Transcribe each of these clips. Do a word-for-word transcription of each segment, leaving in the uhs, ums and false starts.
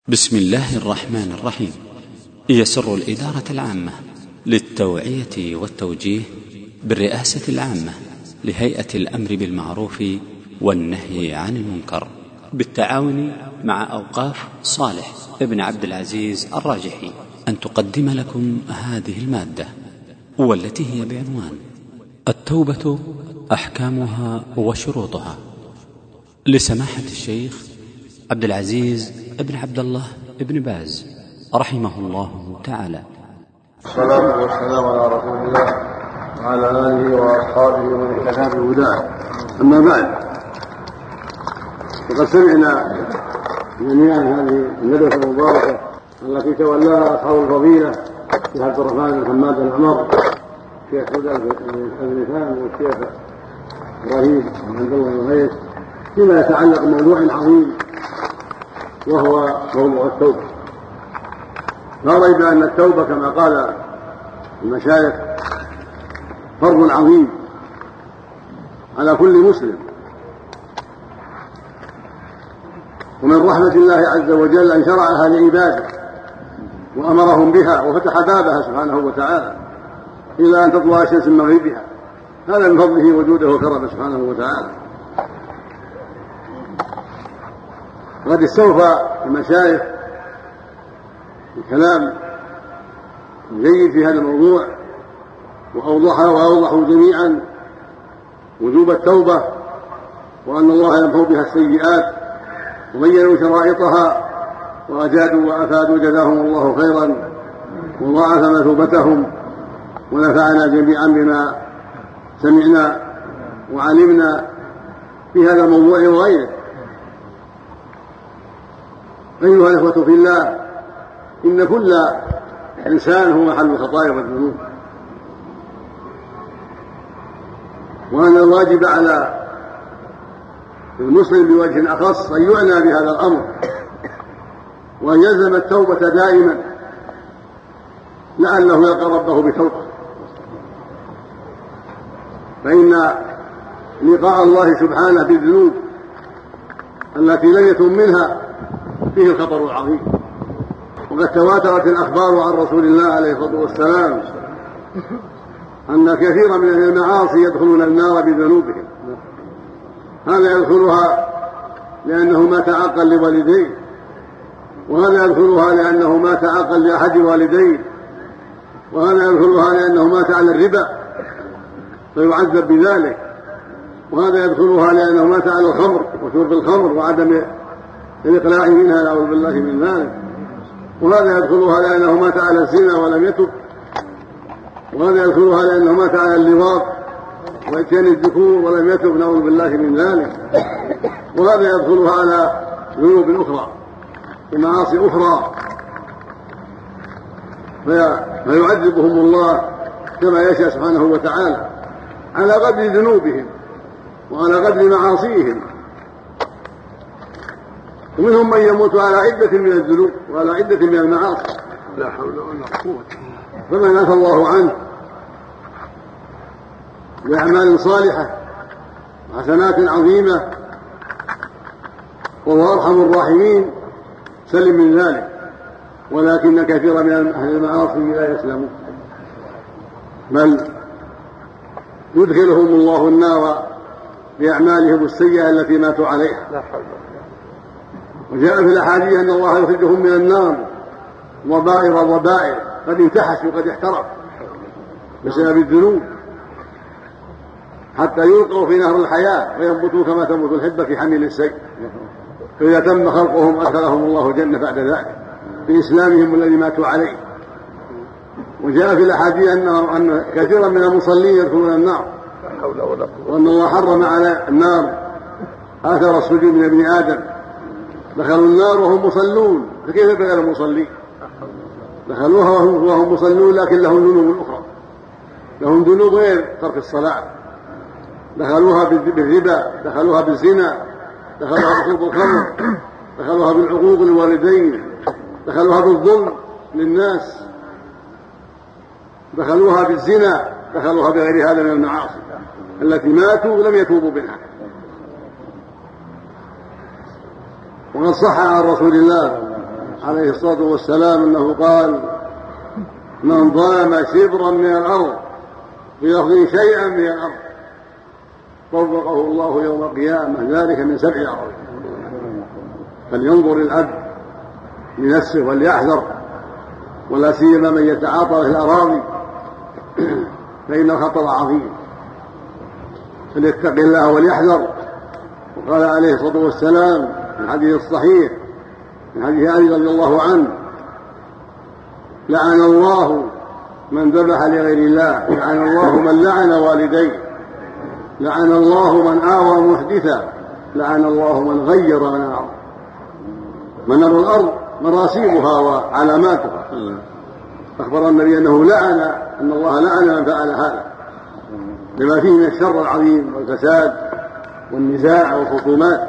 بسم الله الرحمن الرحيم. يسر الإدارة العامة للتوعية والتوجيه بالرئاسة العامة لهيئة الأمر بالمعروف والنهي عن المنكر بالتعاون مع أوقاف صالح ابن عبد العزيز الراجحي أن تقدم لكم هذه المادة، والتي هي بعنوان التوبة أحكامها وشروطها، لسماحة الشيخ عبد العزيز ابن عبد الله ابن باز رحمه الله تعالى. الصلاة والسلام على رسول الله وعلى آله وأصحابه ومن اهتدى بهداه. أما بعد، فقد سمعنا جميعا هذه الندوة المباركة التي تولاها أصحاب الفضيلة الشيخ عبد الرحمن بن حماد العمر، الشيخ هدى النسان والشيخ إبراهيم بن عبد الله الغيث، فيما يتعلق بموضوع عظيم وهو موضوع التوبة. لا ريب أن التوبة كما قال المشايخ فرض عظيم على كل مسلم، ومن رحمة الله عز وجل أن شرعها لعباده وأمرهم بها وفتح بابها سبحانه وتعالى إلى أن تطلع الشمس من مغربها. هذا من فضله وجوده وكرمه سبحانه وتعالى. وقد استوفى المشايخ الكلام جيد في هذا الموضوع، وأوضحوا وأوضحوا جميعا وجوب التوبة وأن الله يمحو بها السيئات، وبينوا شرائطها وأجادوا وأفادوا جزاهم الله خيرا وضاعف مثوبتهم، ونفعنا جميعا بما سمعنا وعلمنا في هذا الموضوع وغيره. أيها الإخوة في الله، إن كل إنسان هو محل الخطايا والذنوب، وأن الواجب على المسلم بوجه أخص أن يعنى بهذا الأمر وأن يلزم التوبة دائما لعله يلقى ربه بتوبة، فإن لقاء الله سبحانه بالذنوب التي لم يتم منها فيه الخطر العظيم. وقد تواترت الأخبار عن رسول الله عليه الصلاة والسلام أن كثيرا من أهل المعاصي يدخلون النار بذنوبهم. هذا يدخلها لأنه مات عاقا لوالديه، وهذا يدخلها لأنه مات عاقا لأحد والديه، وهذا يدخلها لأنه مات على الربا فيعذب بذلك، وهذا يدخلها لأنه مات على الخمر وشرب الخمر وعدم الإقلاع منها نعوذ بالله من ذلك، وهذا يدخلها لأنه مات على الزنا ولم يتب، وهذا يدخلها لأنه مات على اللواط وإتيان الذكور ولم يتب نعوذ بالله من ذلك، وهذا يدخلها على ذنوب أخرى ومعاصي أخرى فيعذبهم الله كما يشاء سبحانه وتعالى على قدر ذنوبهم وعلى قدر معاصيهم. ومنهم من يموت على عدة من الذنوب وعلى عدة من المعاصي، لا حول ولا قوة، فمن عفى الله عنه بأعمال صالحة وحسنات عظيمة وهو أرحم الراحمين سلم من ذلك، ولكن كثيرا من أهل المعاصي لا يسلمون، بل يدخلهم الله النار بأعمالهم السيئة التي ماتوا عليها. لا حول. وجاء في الأحاديث أن الله يخرجهم من النار ضبائر ضبائر قد انتحشوا قد احترقوا بسبب الذنوب، حتى يلقوا في نهر الحياة وينبتوا كما تنبت الحبة في حميل السيل، فإذا تم خلقهم أدخلهم الله الجنة بعد ذلك بإسلامهم الذي ماتوا عليه. وجاء في الأحاديث أن كثيرا من المصلين يدخلون النار، وأن الله حرم على النار آثار السجود من ابن آدم، دخلوا النار وهم مصلون، فكيف بغير المصلين؟ دخلوها وهم مصلون لكن لهم ذنوب أخرى، لهم ذنوب غير ترك الصلاة، دخلوها بالربا، دخلوها بالزنا، دخلوها بشرب الخمر، دخلوها بالعقوق للوالدين، دخلوها بالظلم للناس، دخلوها بالزنا، دخلوها بغير هذا من المعاصي التي ماتوا لم يتوبوا منها. وقد صح عن رسول الله عليه الصلاة والسلام أنه قال: من ظلم شبرا من الأرض بلفظ شيئا من الأرض طبقه الله يوم القيامة ذلك من سبع أراضين. فلينظر العبد لنفسه وليحذر، ولا سيما من يتعاطى في الأراضي فإن الخطر عظيم، فليتق الله وليحذر. وقال عليه الصلاة والسلام في الحديث الصحيح من حديث علي رضي الله عنه: لعن الله من ذبح لغير الله، لعن الله من لعن والديه، لعن الله من آوى محدثا، لعن الله من غير من الأرض. منار الأرض مراسيمها وعلاماتها، أخبر النبي أنه لعن أن الله لعن من فعل هذا لما فيه من الشر العظيم والفساد والنزاع والخصومات.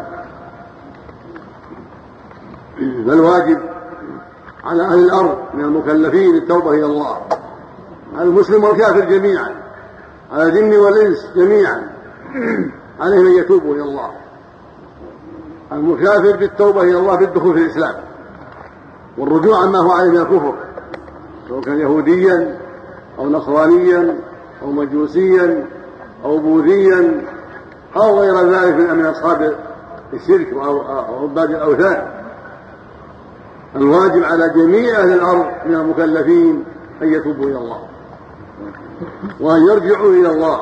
فالواجب على أهل الأرض من المكلفين التوبة إلى الله، على المسلم والكافر جميعا، على الجن والإنس جميعا، عليهم أن يتوبوا إلى الله. المكافر بالتوبة إلى الله بالدخول في الإسلام والرجوع عما هو عليه من الكفر، سواء كان يهوديا أو نصرانيا أو مجوسيا أو بوذيا أو غير ذلك من أصحاب الشرك أو عباد الأوثان. الواجب على جميع أهل الأرض من المكلفين أن يتوبوا إلى الله وأن يرجعوا إلى الله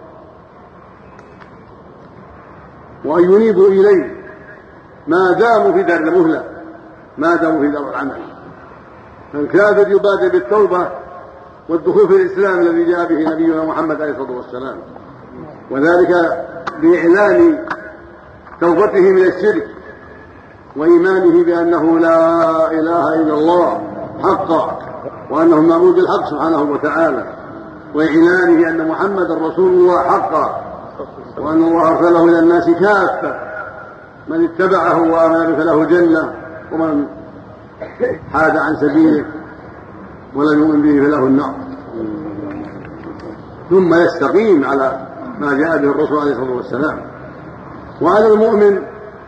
وأن ينيبوا إليه ما داموا في دار المهلة، ما داموا في دار العمل. فالكافر يبادر بالتوبة والدخول في الإسلام الذي جاء به نبينا محمد عليه الصلاة والسلام، وذلك بإعلان توبته من الشرك وإيمانه بأنه لا إله إلا الله حقا، وأنه معبود الحق سبحانه وتعالى، وإعلانه أن محمد رسول الله حقا، وأن الله أرسله إلى الناس كافة، من اتبعه وآمن فله جنة، ومن حاد عن سبيله ولم يؤمن به فله النار. ثم يستقيم على ما جاء به الرسول عليه الصلاة والسلام. وعلى المؤمن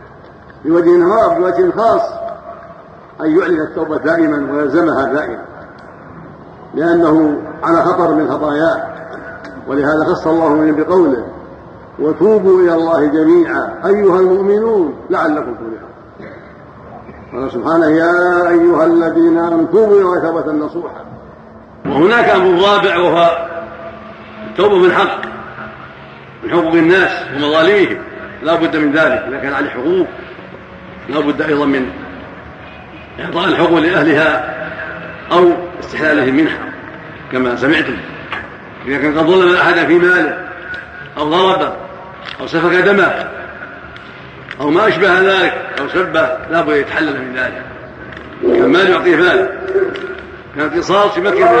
بوجه خاص أن يعلن التوبة دائما ويلزمها دائما، لأنه على خطر من خطاياه، ولهذا خص الله من بقوله: وتوبوا إلى الله جميعا أيها المؤمنون لعلكم تفلحون. قال سبحانه: يا أيها الذين آمنوا توبوا إلى الله توبة نصوحا. وهناك أمر رابع وهو التوبة من حق، من حقوق الناس ومظالمهم، لا بد من ذلك. إذا كان عليه حقوق لا بد أيضا من إعطاء الحقوق لأهلها أو استحلالهم منها كما سمعتم. إذا كان قد ظلم أحدا في ماله أو ضربه أو سفك دمه أو ما أشبه ذلك أو سبه لا بد يتحلل من ذلك. كان مال يعطيه مال، كان قصاص يمكن من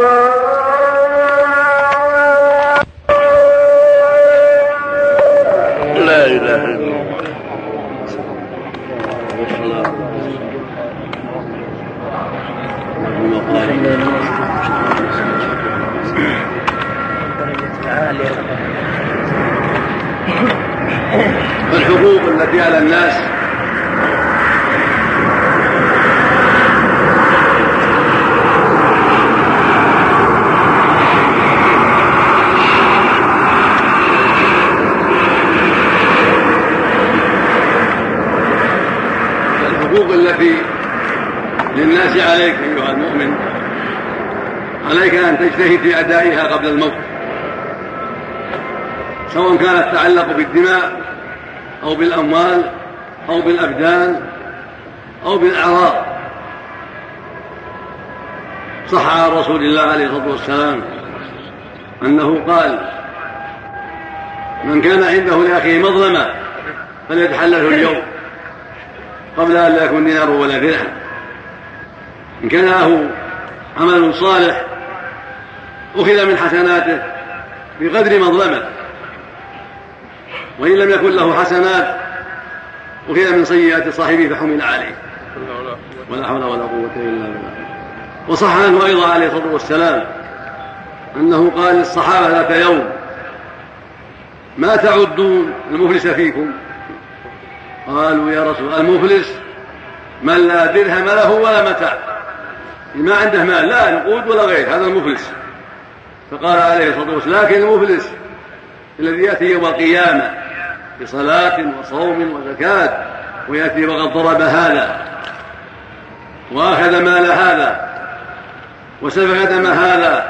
لا إله إلا الله. الحقوق التي على الناس الحقوق التي للناس عليك أيها المؤمن، عليك أن تجتهد في أدائها قبل الموت، سواء كانت تتعلق بالدماء أو بالأموال أو بالأبدان أو بالأعراض. صح عن رسول الله عليه الصلاة والسلام أنه قال: من كان عنده لأخيه مظلمة فليتحلله اليوم قبل أن لا يكون دينار ولا درهم. إن كان له عمل صالح أخذ من حسناته بقدر مظلمة، وإن لم يكن له حسنات أخذ من سيئات صاحبه فحمل عليه، ولا حول ولا قوة إلا بالله. وصح عنه أيضا عليه الصلاة والسلام أنه قال للصحابة ذات يوم: ما تعدون المفلس فيكم؟ قالوا: يا رسول الله المفلس من لا درهم له ولا متاع، ما عنده مال لا نقود ولا غير، هذا المفلس. فقال عليه الصلاة والسلام لكن المفلس الذي يأتي يوم القيامة بصلاة وصوم وزكاة ويأتي وقد ضرب هذا وأخذ مال هذا وسفك دم هذا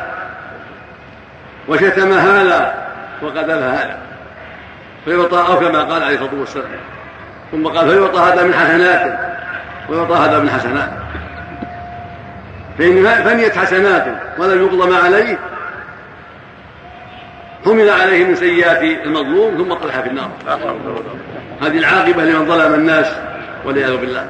وشتم هذا وقذف هذا فيعطى، أو كما قال عليه الصلاة والسلام، ثم قال فيعطى هذا من حسناته ويعطى هذا من حسنات، فإن فنيت حسناته ولم يقضى ما عليه حمل عليه من سيئات المظلوم ثم طرح في النار. هذه العاقبة لمن ظلم الناس والعياذ بالله.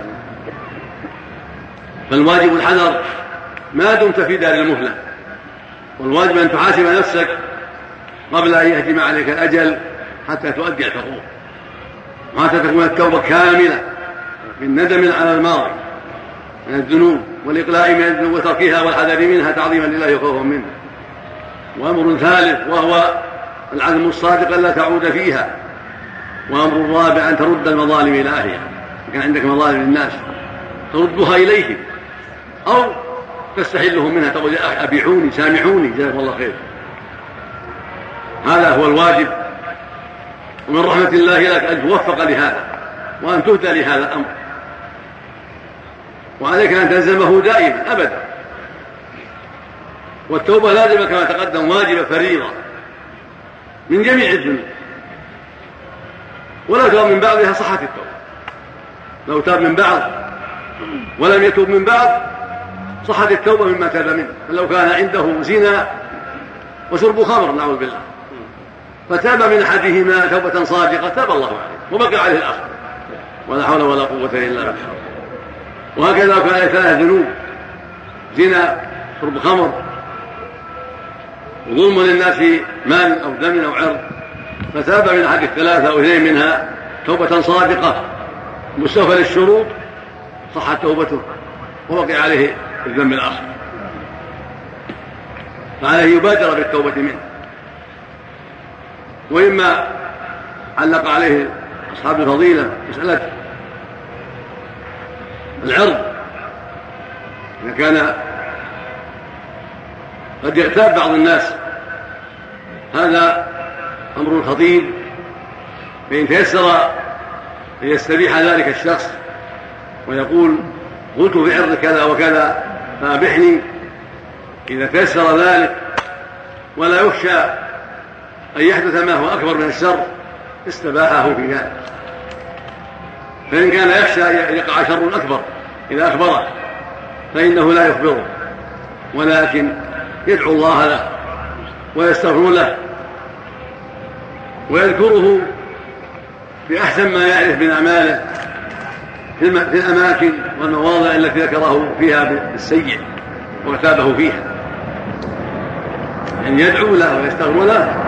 فالواجب الحذر ما دمت في دار المهلة، والواجب أن تحاسب نفسك قبل أن يهجم عليك الأجل حتى تؤدي الحقوق، وحتى تكون التوبة كاملة من ندم على الماضي من الذنوب والإقلاع من الذنوب وتركها والحذر منها تعظيما لله وخوفا منه. وأمر ثالث وهو العزم الصادق ألا تعود فيها. وأمر رابع أن ترد المظالم إلى أهلها، كان عندك مظالم للناس تردها إليهم أو تستحلهم منها، تقول أبيعوني سامحوني جزاكم الله خير. هذا هو الواجب، ومن رحمة الله لك أن توفق لهذا وأن تهدى لهذا الأمر، وعليك أن تلزمه دائما أبدا. والتوبة لازمة كما تقدم واجبة فريضة من جميع الذنوب، ولا تاب من بعضها صحت التوبة. لو تاب من بعض ولم يتوب من بعض صحت التوبة مما تاب منه. فلو كان عنده زنا وشرب خمر نعوذ بالله فتاب من أحدهما توبة صادقة تاب الله عليه وبقى عليه الآخر، ولا حول ولا قوة إلا بالله. وهكذا لو كان ثلاث ذنوب زنا شرب خمر وظلم للناس مال أو دم أو عرض فتاب من أحد الثلاثة أو اثنين منها توبة صادقة مستوفى للشروط صحت توبته ووقع عليه الذنب الآخر، فعليه يبادر بالتوبة منه. وإما علق عليه أصحاب الفضيلة مسألة العرض، إذا كان قد يغتاب بعض الناس هذا أمر خطير، فإن تيسر أن يستبيح ذلك الشخص ويقول قلت في عرض كذا وكذا فابحني، إذا تيسر ذلك ولا يخشى أن يحدث ما هو أكبر من الشر استباحه في ذلك. فإن كان يخشى أن يقع شر أكبر إذا أخبره فإنه لا يخبره، ولكن يدعو الله له ويستغفر له ويذكره بأحسن ما يعرف من أعماله في الأماكن والمواضع التي ذكره فيها بالسيء وغتابه فيها، أن يدعو له ويستغفر له.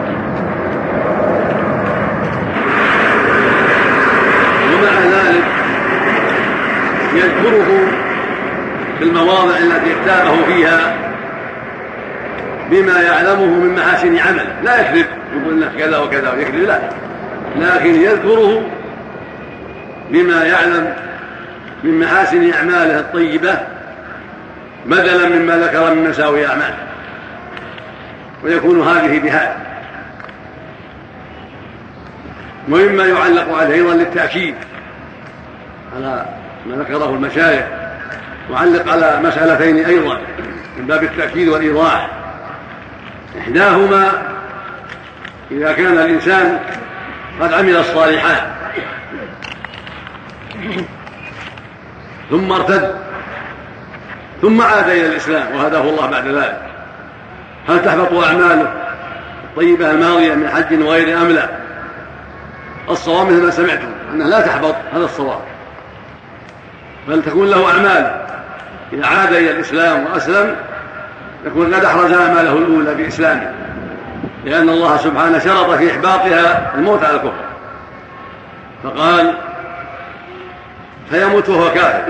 ومع ذلك يذكره في المواضع التي اغتابه فيها بما يعلمه من محاسن عمله، لا يكذب يقول لك كذا وكذا ويكذب، لا، لكن يذكره بما يعلم من محاسن أعماله الطيبة بدلا مما ذكر من مساوي أعماله، ويكون هذه بهذا. ومما يعلق عليه أيضا للتأكيد على ما ذكره المشايخ، وعلق على مسألتين أيضا من باب التأكيد والإيضاح. إحداهما إذا كان الإنسان قد عمل الصالحات ثم ارتد ثم عاد إلى الإسلام وهداه الله بعد ذلك، هل تحبط أعماله الطيبة الماضية من حج وغير أم لا؟ الصواب مثل ما سمعتم أنها لا تحبط، هذا الصواب، بل تكون له أعمال إذا عاد إلى الإسلام وأسلم يكون قد أحرز أعماله الأولى بإسلامه، لأن الله سبحانه شرط في إحباطها الموت على الكفر، فقال فيموت وهو كافر،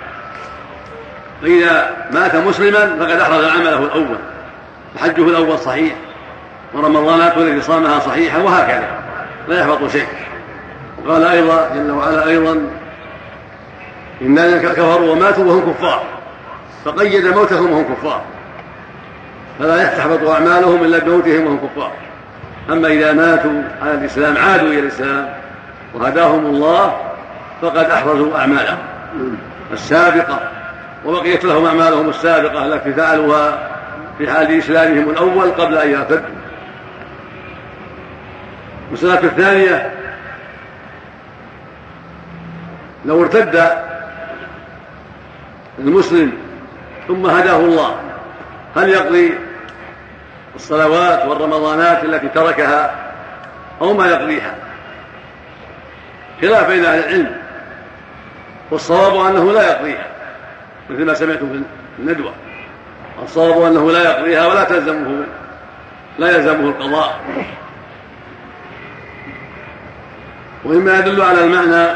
فإذا مات مسلما فقد أحرز عمله الأول، فحجه الأول صحيح ورمضاناته التي صامها صحيحة، وهكذا لا يحبط شيء. وقال أيضا جل وعلا أيضا إن الذين كفروا وماتوا وهم كفار، فقيد موتهم وهم كفار، فلا تحبط أعمالهم إلا بموتهم وهم كفار. أما إذا ماتوا على الإسلام عادوا إلى الإسلام وهداهم الله فقد أحرزوا أعمالهم السابقة وبقيت لهم أعمالهم السابقة التي فعلوها في حال إسلامهم الأول قبل أن يرتدوا. المسألة الثانية: لو ارتد المسلم ثم هداه الله هل يقضي الصلوات والرمضانات التي تركها أو ما يقضيها؟ خلاف بين أهل العلم، والصواب أنه لا يقضيها مثل ما سمعتم في الندوة. الصواب أنه لا يقضيها ولا تلزمه لا يلزمه القضاء. ومما يدل على المعنى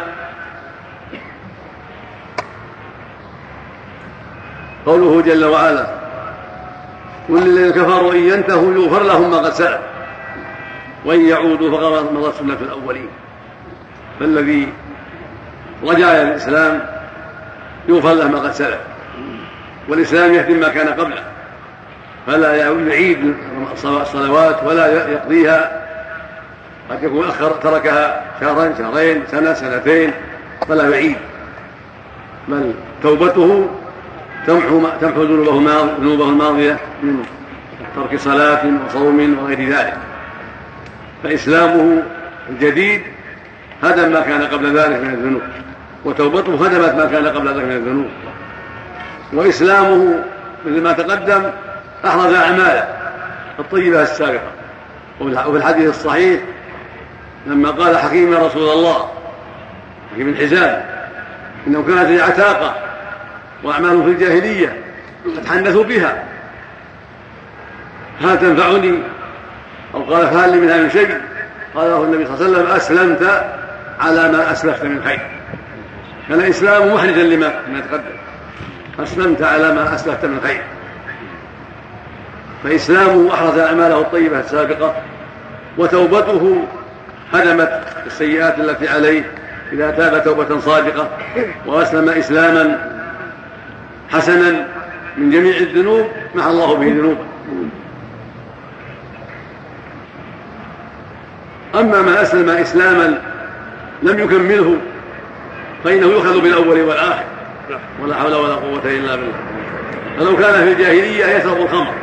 قوله جل وعلا: قل للذين كفروا إن ينتهوا يغفر لهم ما قد سلف وإن يعودوا فقد مضت سنة الأولين. فالذي رجع إلى الإسلام يغفر له ما قد سلف، والإسلام يهدم ما كان قبله، فلا يعيد الصلوات ولا يقضيها. قد يكون أخر تركها شهرا شهرين سنة سنتين فلا يعيد، بل توبته تمحو تمحو ذنوبه الماضية من ترك صلاة وصوم وغير ذلك. فإسلامه الجديد هدم ما كان قبل ذلك من الذنوب، وتوبته هدمت ما كان قبل ذلك من الذنوب. وإسلامه مثل ما تقدم أحرز أعماله الطيبة السابقة. وفي الحديث الصحيح لما قال حكيم يا رسول الله، حكيم الحزام، إنه كانت لي عتاقة وأعمال في الجاهلية أتحدث بها، هل تنفعني؟ أو قال فهل لي منها من شيء؟ قال له النبي صلى الله عليه وسلم: أسلمت على ما أسلفت من خير. كان الإسلام محرجا لما تقدم، أسلمت على ما أسلفت من خير. فإسلامه أحرز أعماله الطيبة السابقة، وتوبته هدمت السيئات التي عليه إذا تاب توبة صادقة وأسلم إسلاما حسنا من جميع الذنوب محى الله به ذنوبه. أما من أسلم إسلاما لم يكمله فإنه يؤخذ بالأول والآخر، ولا حول ولا قوة إلا بالله. فلو كان في الجاهلية يشرب الخمر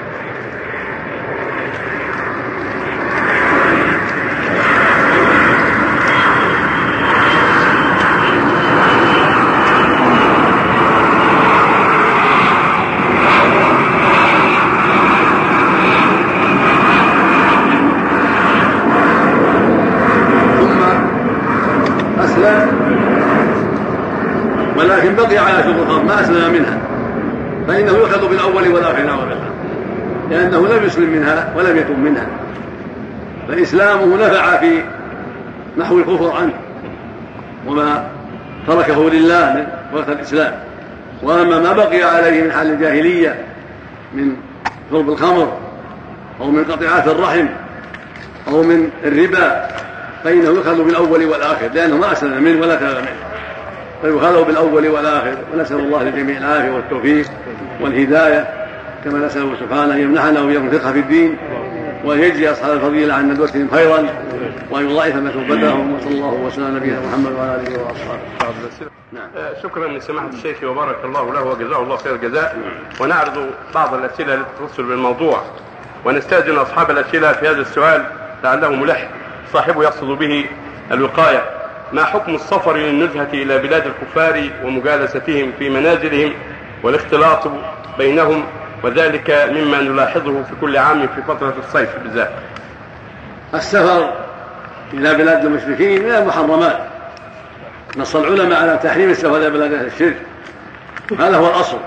ولكن بقي على شرب الخمر ما أسلم منها فإنه يؤخذ بالأول والآخر والآخر، لأنه لم يسلم منها ولم يتوب منها. فإسلامه نفع في نحو الكفر عنه وما تركه لله من وقت الإسلام. وأما ما بقي عليه من حال الجاهلية من شرب الخمر أو من قطيعات الرحم أو من الربا فإنه يؤخذ بالأول والآخر، لأنه ما أسلم منه ولا تاب منه، فيخاله بالأول والآخر. ونسأل الله للجميع العافية والتوفيق والهداية، كما نسأله سبحانه أن يمنحنا وإياكم الفقه في الدين، وأن يجزي أصحاب الفضيلة عن ندوتهم خيرا، وأن يضاعف مثوبتهم. وصلى الله وسلم على نبينا محمد وعلى آله وأصحابه. نعم. شكرا لسماحة الشيخ وبارك الله له وجزاه الله خير الجزاء. ونعرض بعض الأسئلة التي تتصل بالموضوع، ونستأذن أصحاب الأسئلة في هذا السؤال لعله ملح صاحبه يقصد به الوقاية. ما حكم السفر للنزهة إلى بلاد الكفار ومجالستهم في منازلهم والاختلاط بينهم، وذلك مما نلاحظه في كل عام في فترة الصيف بالذات؟ السفر إلى بلاد المشركين من المحرمات، نص العلماء على تحريم السفر إلى بلاد الشرك، هذا هو الأصل.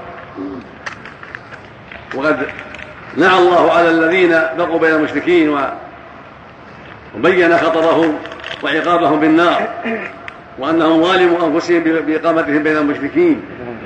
وقد نعى الله على الذين بقوا بين المشركين وبين خطرهم وعقابهم بالنار، وأنهم ظالموا أنفسهم بإقامتهم بين المشركين.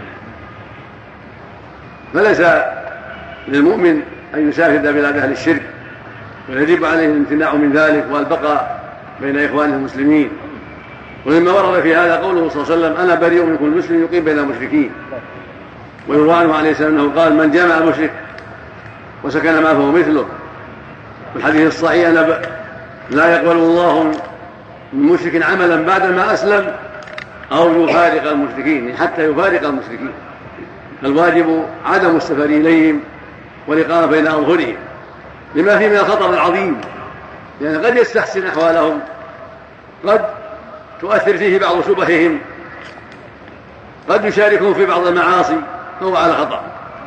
فليس للمؤمن أن يسافر إلى بلاد أهل الشرك، ويجب عليه الامتناع من ذلك والبقاء بين إخوانه المسلمين. ومما ورد في هذا قوله صلى الله عليه وسلم أنا بريء من كل مسلم يقيم بين المشركين. ويروى عنه عليه السلام أنه قال من جامع المشرك وسكن معه فهو مثله. والحديث الصحيح أنا لا يقبل الله من مشرك عملا بعدما أسلم أو يفارق المشركين، حتى يفارق المشركين. فالواجب عدم السفر إليهم والإقامة بين أظهرهم لما فيه من الخطر العظيم، لأن يعني قد يستحسن أحوالهم، قد تؤثر فيه بعض شبههم، قد يشاركهم في بعض المعاصي فهو على خطأ.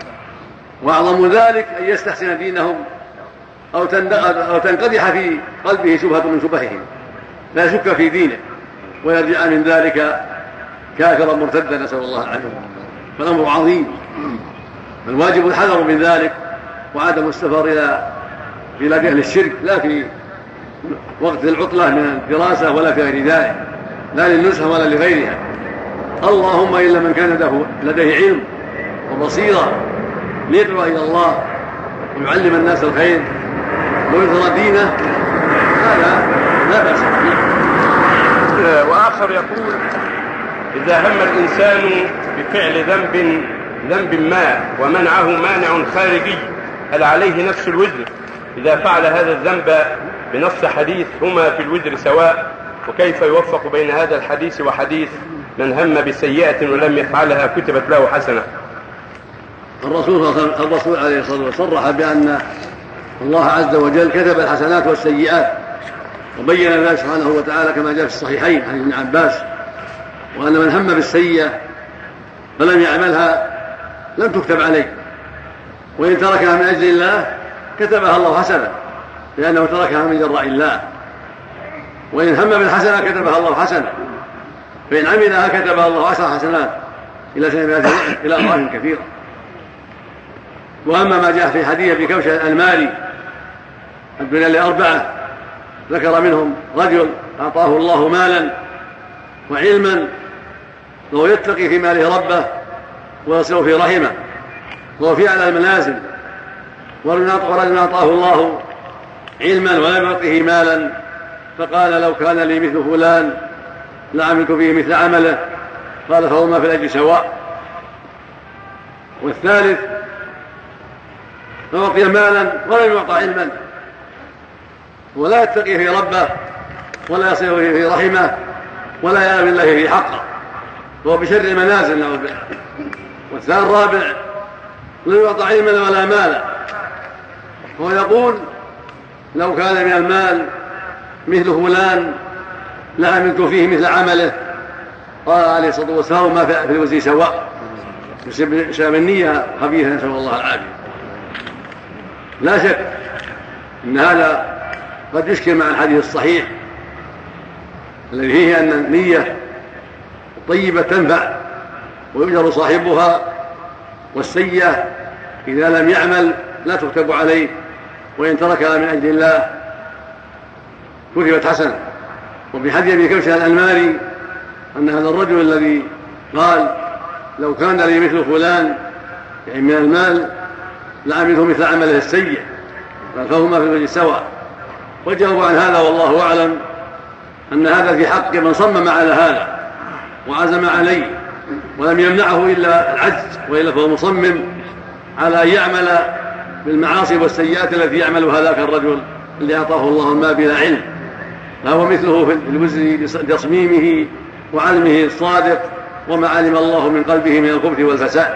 وأعظم ذلك أن يستحسن دينهم أو تنقدح في قلبه شبهة من شبههم لا يشك في دينه ويرجع من ذلك كافرا مرتدا، نسأل الله العافية. فالأمر عظيم، فالواجب الحذر من ذلك وعدم السفر إلى بلاد أهل الشرك، لا في وقت العطلة من الدراسة ولا في غير ذلك، لا للنزهة ولا لغيرها. اللهم إلا من كان لديه علم وبصيرة ليدعو إلى الله ويعلم الناس الخير ويظهر دينه، هذا لا بأس به. وآخر يقول إذا هم الإنسان بفعل ذنب ذنب ما ومنعه مانع خارجي هل عليه نفس الوزر إذا فعل هذا الذنب بنص حديث هما في الوزر سواء؟ وكيف يوفق بين هذا الحديث وحديث من هم بسيئة ولم يفعلها كتبت له حسنة؟ الرسول الرسول عليه الصلاة والسلام صرح بأن الله عز وجل كتب الحسنات والسيئات، وبين ذلك سبحانه وتعالى كما جاء في الصحيحين عن ابن عباس، وأن من هم بالسيئة فلم يعملها لم تكتب عليه، وإن تركها من أجل الله كتبها الله حسنة لأنه تركها من جراء الله، وإن هم بالحسنة كتبها الله حسنة، فإن عملها كتبها الله عشر حسنات إلى سبعمائة ضعف إلى أضعاف كثيرة. وأما ما جاء في حديث ابن كبشة المالي الدنيا لأربعة ذكر منهم رجل أعطاه الله مالا وعلما لو يتقي في ماله ربه ويصل في رحمه وهو في أعلى المنازل، ورجل أعطاه الله علما ولم يعطه مالا فقال لو كان لي مثل فلان لعملت فيه مثل عمله، قال فهما في الأجر سواء. والثالث فأعطي مالا ولم يعطى علما ولا يتقي في ربه ولا يصل في رحمه ولا يعلم الله في حقه وهو بشر المنازل نعوذ بالله. والثالث الرابع لم يعطى علما ولا مالا، هو يقول لو كان من المال مثل فلان لعملت فيه مثل عمله، قال عليه الصلاة والسلام ما في الوزي سواء، بسبب النية خبيثة نسأل الله العافية. لا شك أن هذا قد يشكل مع الحديث الصحيح الذي فيه أن النية طيبة تنفع ويؤجر صاحبها، والسيئة إذا لم يعمل لا تكتب عليه، وإن تركها من أجل الله كتبت حسنة. وفي حديث ابن كبشة الأنماري أن هذا الرجل الذي قال لو كان لي مثل فلان يعني من المال لعمله مثل عمله السيء فهما في الوجه سواء. وجاوب عن هذا والله أعلم أن هذا في حق من صمم على هذا وعزم عليه ولم يمنعه إلا العجز، وإلا فهو مصمم على أن يعمل بالمعاصي والسيئات التي يعملها ذاك الرجل اللي أعطاه الله المال بلا علم، فهو مثله في الوزر بتصميمه وعلمه الصادق وما علم الله من قلبه من الخبث والفساد.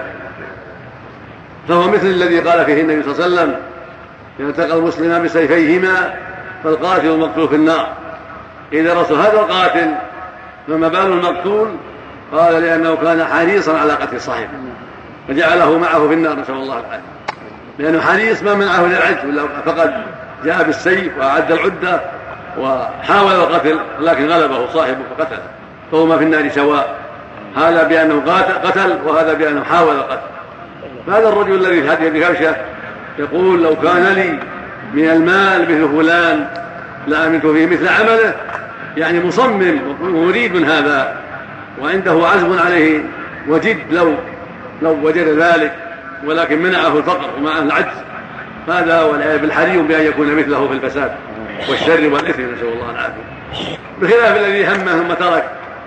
فهو مثل الذي قال فيه النبي صلى الله عليه وسلم إذا التقى المسلمان بسيفيهما فالقاتل والمقتول في النار. إذا رسل هذا القاتل فما بال المقتول؟ قال لأنه كان حريصا على قتل صاحبه فجعله معه في النار، نسأل الله العافية، لأنه حريص ما منعه للعجز، فقد جاء بالسيف وأعد العدة وحاول القتل لكن غلبه صاحبه فقتله، فهما في النار سواء، هذا بأنه قتل وهذا بأنه حاول القتل. فهذا الرجل الذي في حديث ابن كبشة يقول لو كان لي من المال مثل فلان لعملت فيه مثل عمله، يعني مصمم ومريد من هذا وعنده عزم عليه وجد لو لو وجد ذلك، ولكن منعه الفقر ومعه العجز، هذا والعياذ بالحري بأن يكون مثله في الفساد والشر والإثم، نسأل الله العافية. بخلاف الذي هم ثم ترك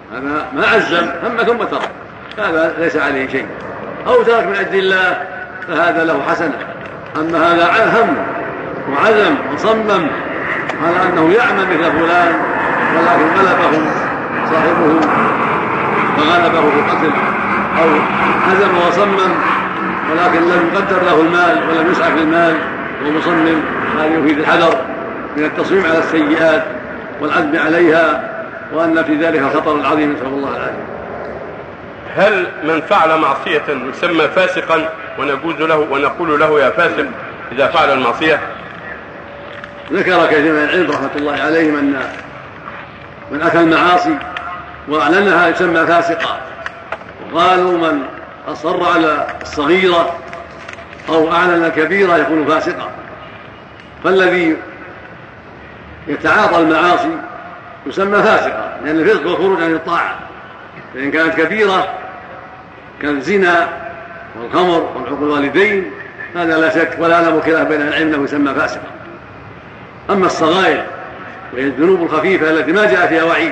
هذا ما عزم هم ثم ترك، هذا ليس عليه شيء، أو ترك من أجل الله فهذا له حسنة. أما هذا هم وعزم وصمم على أنه يعمل مثل فلان ولكن غلبه صاحبه فغلبه في القتل، أو عزم وصمم ولكن لم يقدر له المال ولم يسعى في المال ومصمم، هذا يفيد الحذر من التصميم على السيئات والعزم عليها، وأن في ذلك الخطر العظيم، نسأل الله العافية. هل من فعل معصية يسمى فاسقا ونجوز له ونقول له يا فاسق إذا فعل المعصية؟ ذكر كثير من العلم رحمة الله عليهم أن من أتى المعاصي وأعلنها يسمى فاسقا، وقالوا من أصر على الصغيرة أو أعلن الكبيرة يكون فاسقا. فالذي يتعاطى المعاصي يسمى فاسقا، لأن الفسق هو خروج عن الطاعة، فإن كانت كبيرة كالزنا والخمر والعقوق الوالدين هذا لا شك ولا لا خلاف بين العلم انه يسمى فاسقا. اما الصغائر وهي الذنوب الخفيفه التي ما جاء فيها وعيد،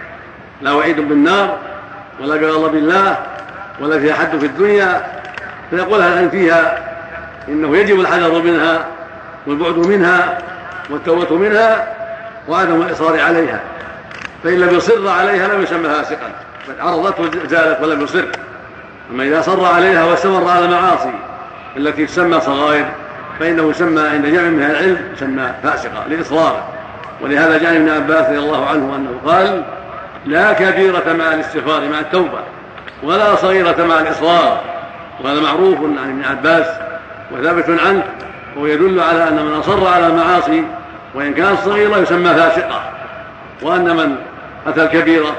لا وعيد بالنار ولا بغضب الله ولا فيها حد في الدنيا، فيقول العلم فيها انه يجب الحذر منها والبعد منها والتوبه منها وعدم الاصرار عليها، فان لم يصر عليها لم يسمى فاسقا، بل عرضته وزالت ولم يصر. اما اذا صر عليها واستمر على المعاصي التي تسمى صغائر فانه يسمى عند جمع من العلم يسمى فاسقا لاصراره. ولهذا جاء ابن عباس رضي الله عنه انه قال: لا كبيرة مع الاستغفار مع التوبة ولا صغيرة مع الإصرار. وهذا معروف عن ابن عباس وثابت عنه، ويدل على أن من أصر على المعاصي وإن كانت صغيرة يسمى فاسقا، وأن من أتى الكبيرة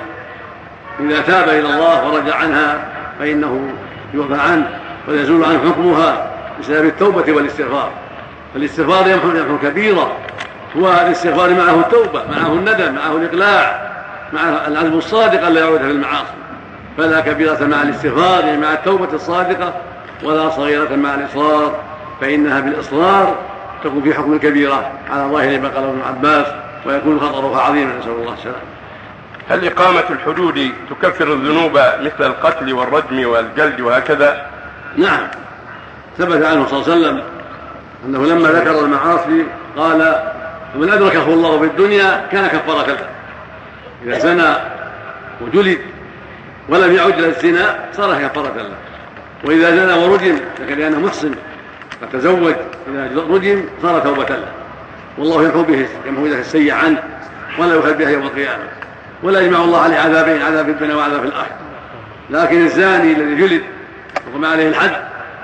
إذا تاب إلى الله ورجع عنها فإنه يعفى عنه ويزول عنه حكمها بسبب التوبة والاستغفار. فالاستغفار يمحو الكبيرة، هو الاستغفار معه التوبة، معه الندم، معه الإقلاع، مع العزم الصادق ألا يعود في المعاصي. فلا كبيرة مع الاستغفار يعني مع التوبة الصادقة، ولا صغيرة مع الإصرار، فإنها بالإصرار تكون في حكم الكبيرة على ظاهر ما قاله ابن عباس، ويكون خطرها عظيما، نسأل الله السلامة. هل إقامة الحدود تكفر الذنوب مثل القتل والرجم والجلد وهكذا؟ نعم، ثبت عنه صلى الله عليه وسلم أنه لما ذكر المعاصي قال: ومن أدركه الله في الدنيا كان كفارة له. إذا زنى وجلد ولم يعد إلى الزنا صار كفارة له، وإذا زنى ورجم لكن لأنه محسن فتزوج إذا رجم صار توبة له، والله يمحو به يمحو ذلك السيء عنه ولا يخل به يوم القيامة، ولا يجمع الله عليه عذابين، عذاب في الدنيا وعذاب في الآخرة. لكن الزاني الذي جلد وقام عليه الحد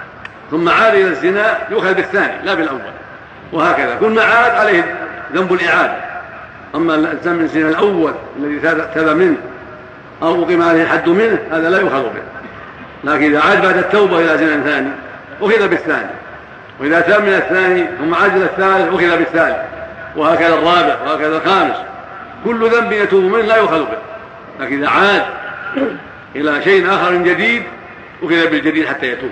ثم عاد إلى الزنا يؤخذ بالثاني لا بالأول، وهكذا كل ما عاد عليه ذنب الإعادة. أما الإنسان من الزنا الأول الذي تاب منه أو أقيم عليه الحد منه هذا لا يؤخذ به، لكن إذا عاد بعد التوبة إلى زنا ثاني أخذ بالثاني، وإذا تاب من الثاني ثم عاد إلى الثالث أخذ بالثالث، وهكذا الرابع وهكذا الخامس. كل ذنب يتوب منه لا يؤخذ به، لكن إذا عاد إلى شيء آخر جديد أخذ بالجديد حتى يتوب،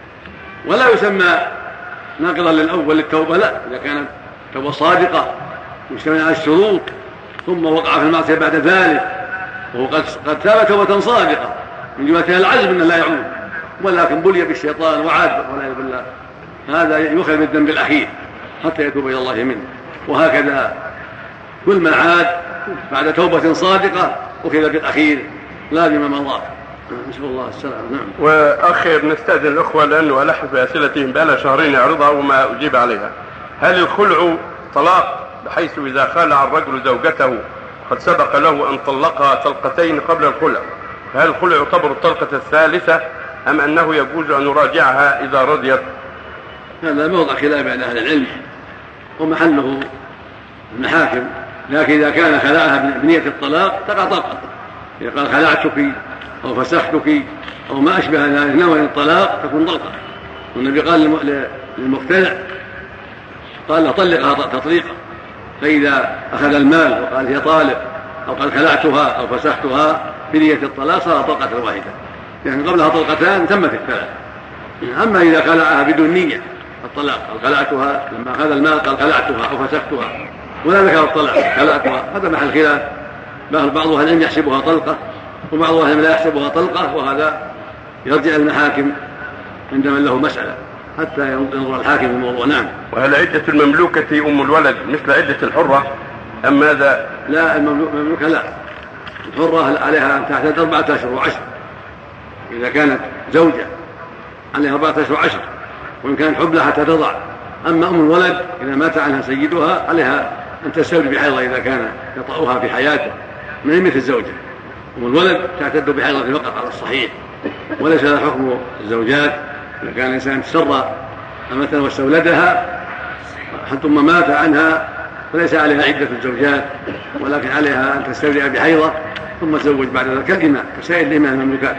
ولا يسمى ناقضا للأول للتوبة، لا، إذا كانت توبة صادقة مجتمعة على الشروط ثم وقع في المعصية بعد ذلك وهو قد قد تاب توبة صادقة من جهة العزم أنه لا يعود، ولكن بلي بالشيطان وعاد والعياذ بالله، هذا يؤخذ بالذنب الأخير حتى يتوب إلى الله منه. وهكذا كل من عاد بعد توبة صادقة أخذ بالأخير لا بما مضى، نسأل الله السلامة. نعم. وأخير نستأذن الأخوة لأنه ألح في أسئلتهم بقالها شهرين يعرضها وما أجيب عليها. هل الخلع طلاق بحيث إذا خالع الرجل زوجته قد سبق له أن طلقها طلقتين قبل الخلع، فهل الخلع يعتبر الطلقة الثالثة أم أنه يجوز أن يراجعها إذا رضيت؟ هذا موضع خلاف بين أهل العلم ومحله المحاكم، لكن إذا كان خلعها بنية الطلاق تقع طلقة. إذا قال خلعتك أو فسختك أو ما أشبه ذلك نوع الطلاق تكون طلقة. والنبي قال للمختلع قال له طلقها تطليقا، فإذا أخذ المال وقال هي طالق أو قال خلعتها أو فسختها بنية الطلاق صار طلقة واحدة، يعني قبلها طلقتان تمت الثلاث. أما إذا خلعها بدون نية الطلاق قال خلعتها، لما أخذ المال قال خلعتها أو فسختها ولا ذكر الطلاق خلعتها، هذا محل خلاف. بعض أهل العلم يحسبها طلقة وبعض أهل لا يحسبها طلقة، وهذا يرجع المحاكم عند من له مسألة حتى ينظر الحاكم في الموضوع. نعم. وهل عدة المملوكة أم الولد مثل عدة الحرة أم ماذا؟ لا، المملوكة لا، الحرة عليها أن تعتد أربعة أشهر وعشر إذا كانت زوجة، عليها أربعة أشهر وعشر، وإن كانت حبلى حتى تضع. أما أم الولد إذا مات عنها سيدها عليها أن تستولي بحيضة إذا كان يطأها في حياته، من مثل الزوجة. أم الولد تعتد بحيضة فقط على الصحيح، وليس لها حكم الزوجات. إذا كان الإنسان تسرى مثلا واستولدها ثم مات عنها فليس عليها عدة الزوجات، ولكن عليها أن تستولي بحيضة ثم تزوج بعد ذلك كالإماء كسائر الإماء المملوكات.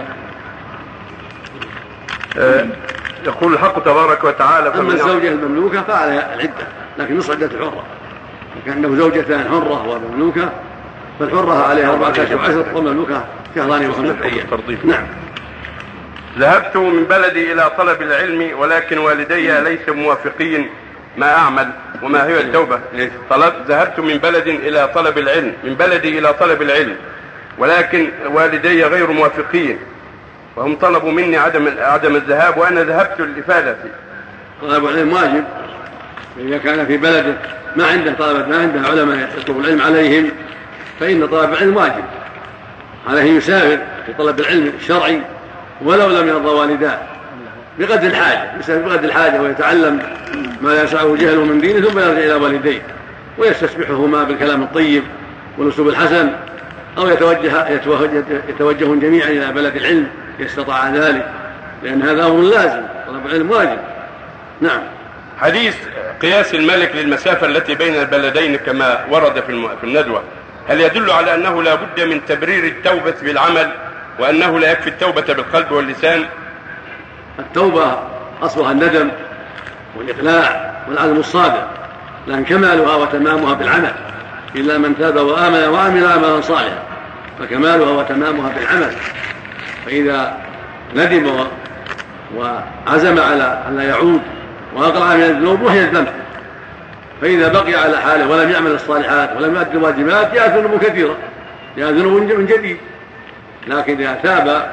أه يقول الحق تبارك وتعالى: أما الزوجة المملوكة فعليها العدة، لكن نص عدة الحرة. كان له زوجتان حرة ومملوكة، فالحرة عليها أربعة أشهر وعشرة، والمملوكة شهران وخمسة أيام. نعم. ذهبت من بلدي إلى طلب العلم ولكن والدي ليس موافقين، ما أعمل وما هي التوبة؟ طلب ذهبت من بلد إلى طلب العلم من بلدي إلى طلب العلم ولكن والدي غير موافقين، وهم طلبوا مني عدم عدم الذهاب، وأنا ذهبت للإفادة. طلب العلم واجب إذا كان في بلده ما عنده طلبة ما عنده علماء يطلب العلم عليهم، فإن طلب العلم واجب عليه يسافر في طلب العلم الشرعي ولو لم يرضى والداه بقدر الحاجة، يسافر بقدر الحاجة ويتعلم ما يسعه جهله من دينه ثم يرجع إلى والديه ويستسمحهما بالكلام الطيب والأسلوب الحسن، أو يتوجه يتوجهون جميعا إلى بلد العلم يستطاع ذلك، لأن هذا أمر لازم، طلب العلم واجب. نعم. حديث قياس الملك للمسافة التي بين البلدين كما ورد في الندوة، هل يدل على أنه لا بد من تبرير التوبة بالعمل وأنه لا يكفي التوبة بالقلب واللسان؟ التوبة أصلها الندم والإقلاع والعزم الصادق، لأن كمالها وتمامها بالعمل، إلا من تاب وآمن وعمل عملا صالحا، فكمالها وتمامها بالعمل. فإذا ندم وعزم على أن لا يعود وأقلع من الذنوب وهي الذنب، فإذا بقي على حاله ولم يعمل الصالحات ولم يؤدي الواجبات جاءت ذنوب كثيرة، جاءت ذنوب من جديد. لكن إذا تاب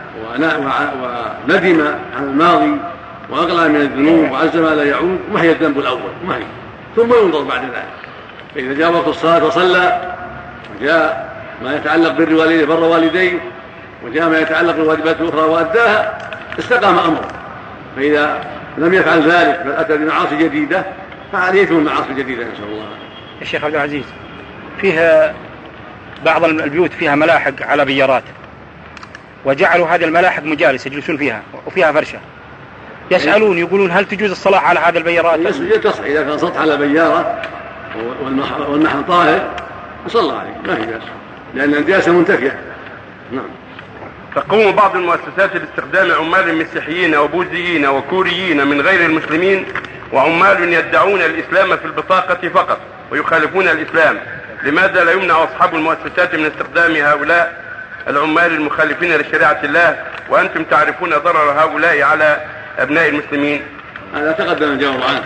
وندم عن الماضي وأقلع من الذنوب وعزم لا يعود وهي الذنب الأول وهي، ثم ينظر بعد ذلك. فإذا جاء وقت الصلاة وصلى، وجاء ما يتعلق بالوالدين بر والديه، وجاء ما يتعلق بالواجبات الأخرى وأداها، استقام أمره. فإذا لم يفعل ذلك بل أتى بمعاصي جديدة فعليه يثم المعاصي الجديدة. نسأل الله. يا شيخ عبد العزيز، فيها بعض البيوت فيها ملاحق على بيارات، وجعلوا هذه الملاحق مجالس يجلسون فيها وفيها فرشة، يسألون يقولون هل تجوز الصلاة على هذه البيارات؟ يسجد تصح إذا كان سطح على بيارة والمحل طاهر يصلى عليه ما في بأس، لأن النجاسة منتفية. نعم. تقوم بعض المؤسسات باستخدام عمال مسيحيين وبوذيين وكوريين من غير المسلمين، وعمال يدعون الإسلام في البطاقة فقط ويخالفون الإسلام، لماذا لا يمنع أصحاب المؤسسات من استخدام هؤلاء العمال المخالفين لشريعة الله، وأنتم تعرفون ضرر هؤلاء على أبناء المسلمين؟ هذا تقدم الجواب عنه،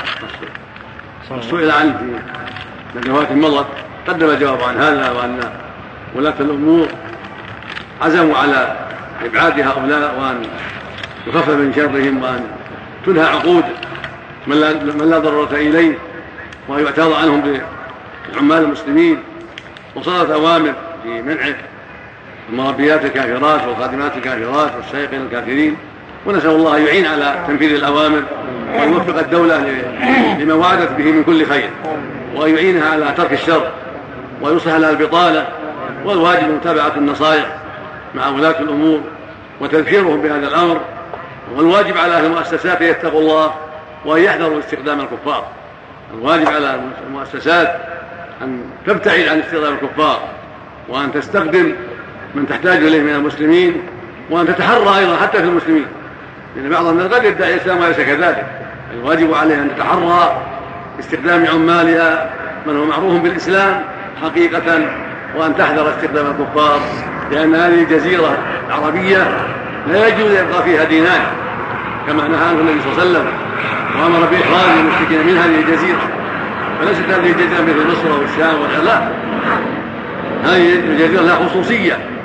سئل عنه في ندوات مضت، قدم الجواب عن هذا، وأن ولاة الأمور عزموا على إبعاد هؤلاء وأن يخفف من شرهم وأن تنهى عقود من لا, من لا ضرورة إليه، وأن يعتاض عنهم بعمال المسلمين، وصارت أوامر في منعه المربيات الكافرات والخادمات الكافرات والسائقين الكافرين. ونسأل الله أن يعين على تنفيذ الأوامر وأن يوفق الدولة لما وعدت به من كل خير، وأن يعينها على ترك الشر ويصلح لها البطالة. والواجب متابعة النصائح مع ولاة الأمور وتذكيرهم بهذا الأمر، والواجب على أهل المؤسسات أن يتقوا الله وأن يحذروا استخدام الكفار. الواجب على المؤسسات أن تبتعد عن استخدام الكفار، وأن تستخدم من تحتاج إليه من المسلمين، وأن تتحرى أيضا حتى في المسلمين، لأن بعض الناس قد يدعي الإسلام وليس كذلك. الواجب عليها أن تتحرى استخدام عمالها من هو معروف بالإسلام حقيقة، وأن تحذر استخدام الكفار، لأن هذه جزيرة عربية لا يجوز يبقى فيها دينان كما نهى عنه النبي صلى الله عليه وسلم، وأمر بإخراج المشركين من هذه الجزيرة. فليست هذه الجزيرة مثل مصر والشام والعراق، هذه الجزيرة لها خصوصية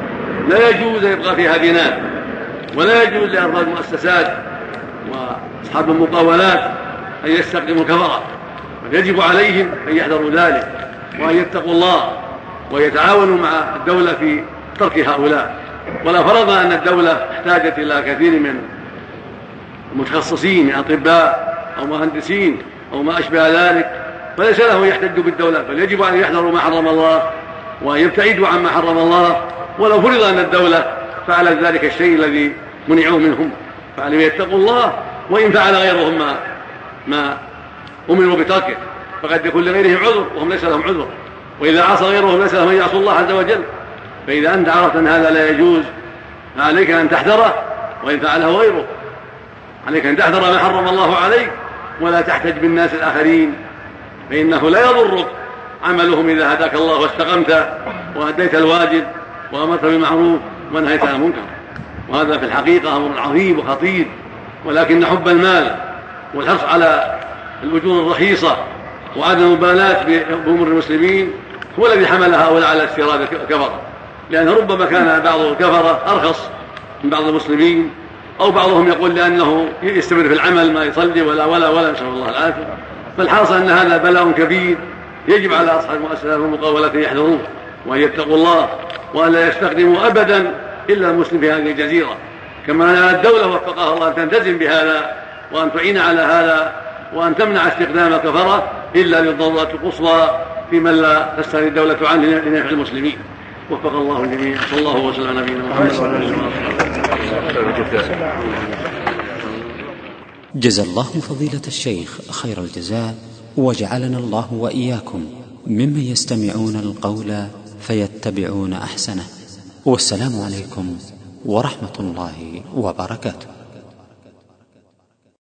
لا يجوز أن يبقى فيها بناء، ولا يجوز لأرباب المؤسسات وأصحاب المقاولات أن يستخدموا الكفرة، يجب عليهم أن يحذروا ذلك وأن يتقوا الله ويتعاونوا مع الدولة في ترك هؤلاء. ولا فرض أن الدولة احتاجت إلى كثير من المتخصصين من أطباء أو مهندسين أو ما أشبه ذلك فليس له يحتج بالدولة، بل يجب أن يحذروا ما حرم الله وأن يبتعدوا عما حرم الله. ولو فرض أن الدولة فعلت ذلك الشيء الذي منعوه منهم فعليهم يتقوا الله، وإن فعل غيرهم ما, ما أمروا بتركه فقد يكون لغيرهم عذر وهم ليس لهم عذر، وإذا عصى غيرهم ليس لهم أن يعصوا الله عز وجل. فإذا أنت عرفت أن هذا لا يجوز فعليك أن تحذره، وإن فعله غيره عليك أن تحذر ما حرم الله عليك ولا تحتج بالناس الآخرين، فإنه لا يضرك عملهم إذا هداك الله واستقمت وأديت الواجب وأمرت بالمعروف ونهيت عن المنكر. وهذا في الحقيقة أمر عظيم وخطير، ولكن حب المال والحرص على الأجور الرخيصة وعدم المبالاة بأمور المسلمين هو الذي حمل هؤلاء على استيراد الكفرة، لأن ربما كان بعض الكفرة أرخص من بعض المسلمين، أو بعضهم يقول لأنه يستمر في العمل ما يصلي ولا ولا ولا نسأل الله العافية. فالحاصل أن هذا بلاء كبير يجب على أصحاب المؤسسات والمقاولات أن يحذروه وأن يتقوا الله وأن لا يستخدموا أبدا إلا المسلم في هذه الجزيرة، كما أن الدولة وفقها الله أن تلتزم بهذا وأن تعين على هذا وأن تمنع استخدام الكفرة إلا للضرورة القصوى في من لا تستغني الدولة عنه لنفع المسلمين. وفق الله الجميع. صلى الله وسلم على نبينا محمد. جزا الله فضيلة الشيخ خير الجزاء، وجعلنا الله وإياكم ممن يستمعون القول فيتبعون أحسنه. والسلام عليكم ورحمة الله وبركاته.